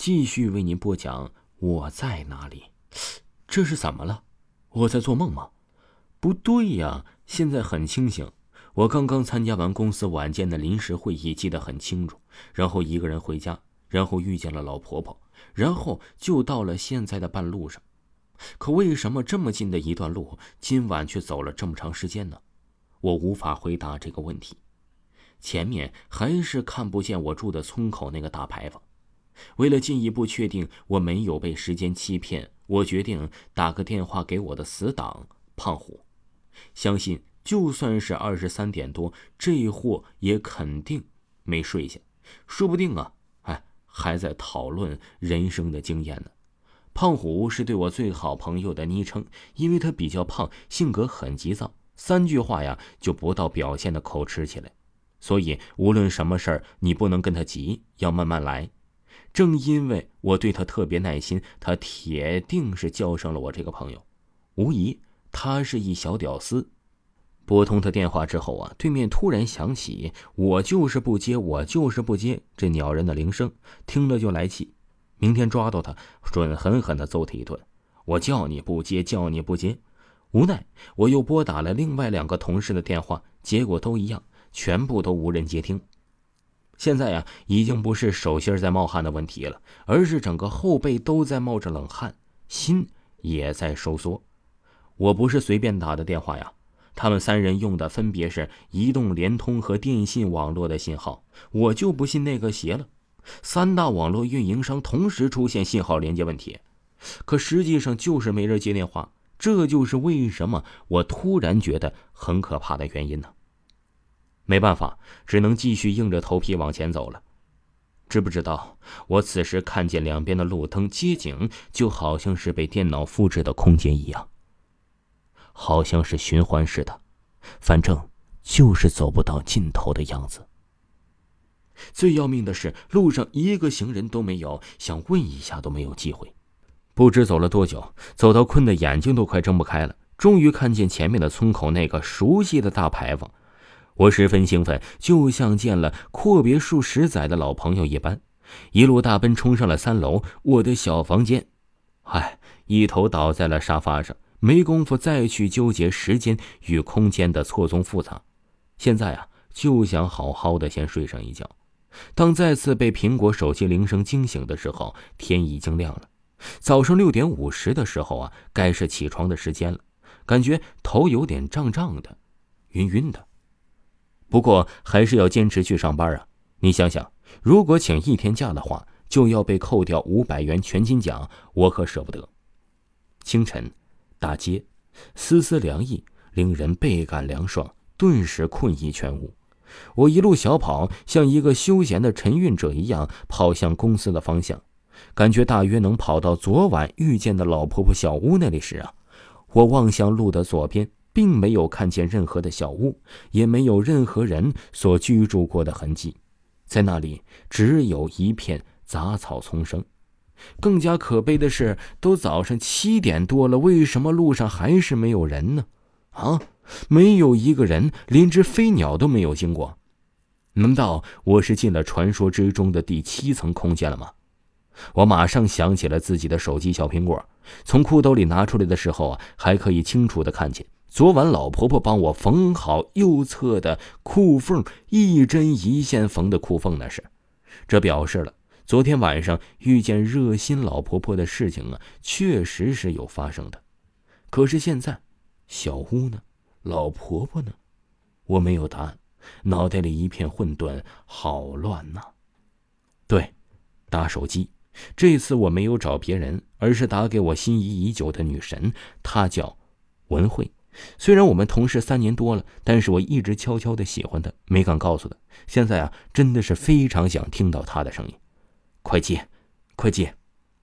继续为您播讲我在哪里。这是怎么了？我在做梦吗？不对呀，现在很清醒。我刚刚参加完公司晚间的临时会议，记得很清楚。然后一个人回家，然后遇见了老婆婆，然后就到了现在的半路上。可为什么这么近的一段路，今晚却走了这么长时间呢？我无法回答这个问题。前面还是看不见我住的村口那个大牌坊。为了进一步确定我没有被时间欺骗，我决定打个电话给我的死党胖虎。相信就算是23点多，这货也肯定没睡下，说不定还在讨论人生的经验呢。胖虎是对我最好朋友的昵称，因为他比较胖，性格很急躁，3句话就不到表现的口吃起来。所以无论什么事儿，你不能跟他急，要慢慢来。正因为我对他特别耐心，他铁定是叫上了我这个朋友。无疑他是一小屌丝。拨通他电话之后对面突然响起我就是不接这鸟人的铃声，听了就来气。明天抓到他，准狠狠地揍他一顿。我叫你不接。无奈我又拨打了另外2个同事的电话，结果都一样，全部都无人接听。现在已经不是手心在冒汗的问题了，而是整个后背都在冒着冷汗，心也在收缩。我不是随便打的电话他们3人用的分别是移动、联通和电信网络的信号，我就不信那个邪了。3大网络运营商同时出现信号连接问题，可实际上就是没人接电话，这就是为什么我突然觉得很可怕的原因呢。没办法，只能继续硬着头皮往前走了。知不知道，我此时看见两边的路灯、街景，就好像是被电脑复制的空间一样，好像是循环式的，反正就是走不到尽头的样子。最要命的是，路上一个行人都没有，想问一下都没有机会。不知走了多久，走到困得眼睛都快睁不开了，终于看见前面的村口那个熟悉的大牌坊。我十分兴奋，就像见了阔别数10载的老朋友一般，一路大奔冲上了3楼我的小房间。一头倒在了沙发上，没工夫再去纠结时间与空间的错综复杂。现在就想好好的先睡上一觉。当再次被苹果手机铃声惊醒的时候，天已经亮了。早上6点50的时候该是起床的时间了，感觉头有点胀胀的，晕晕的。不过还是要坚持去上班你想想，如果请1天假的话，就要被扣掉500元全勤奖，我可舍不得。清晨，大街，丝丝凉意，令人倍感凉爽，顿时困意全无。我一路小跑，像一个休闲的晨运者一样跑向公司的方向，感觉大约能跑到昨晚遇见的老婆婆小屋那里时我望向路的左边，并没有看见任何的小屋，也没有任何人所居住过的痕迹，在那里只有一片杂草丛生。更加可悲的是，都早上7点多了，为什么路上还是没有人呢？没有一个人，连只飞鸟都没有经过。难道我是进了传说之中的第7层空间了吗？我马上想起了自己的手机小苹果，从裤兜里拿出来的时候还可以清楚地看见昨晚老婆婆帮我缝好右侧的裤缝，一针一线缝的裤缝，那是。这表示了昨天晚上遇见热心老婆婆的事情确实是有发生的。可是现在，小屋呢？老婆婆呢？我没有答案，脑袋里一片混沌，好乱呐。对，打手机。这次我没有找别人，而是打给我心仪已久的女神，她叫文慧。虽然我们同事3年多了，但是我一直悄悄地喜欢她，没敢告诉她。现在真的是非常想听到她的声音。快接，快接！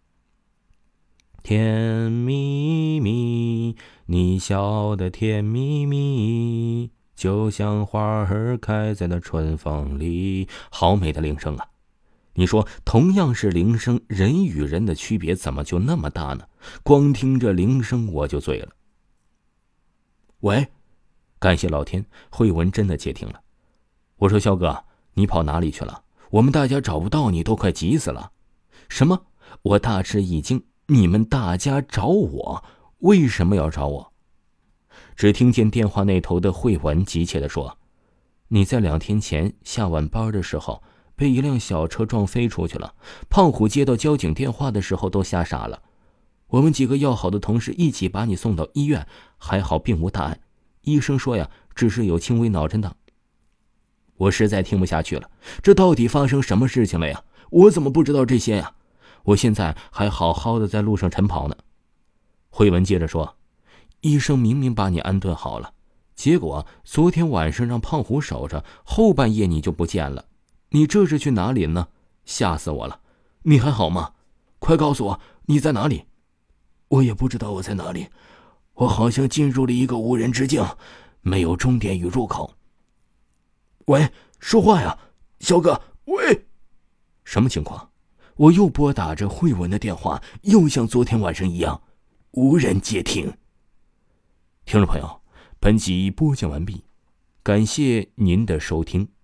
甜蜜蜜，你笑得甜蜜蜜，就像花儿开在了春风里。好美的铃声你说同样是铃声，人与人的区别怎么就那么大呢？光听着铃声我就醉了。喂，感谢老天，慧文真的接听了。我说肖哥，你跑哪里去了？我们大家找不到你，都快急死了。什么？ 我大吃一惊，你们大家找我？为什么要找我？只听见电话那头的慧文急切地说：你在2天前下晚班的时候被一辆小车撞飞出去了，胖虎接到交警电话的时候都吓傻了。我们几个要好的同事一起把你送到医院，还好并无大碍，医生说呀，只是有轻微脑震荡。我实在听不下去了，这到底发生什么事情了呀？我怎么不知道这些呀？我现在还好好的在路上晨跑呢。慧文接着说，医生明明把你安顿好了，结果昨天晚上让胖虎守着，后半夜你就不见了，你这是去哪里了呢？吓死我了！你还好吗？快告诉我你在哪里。我也不知道我在哪里，我好像进入了一个无人之境，没有终点与入口。喂，说话呀，小哥，喂！什么情况？我又拨打着慧文的电话，又像昨天晚上一样，无人接听。听众朋友，本集播讲完毕，感谢您的收听。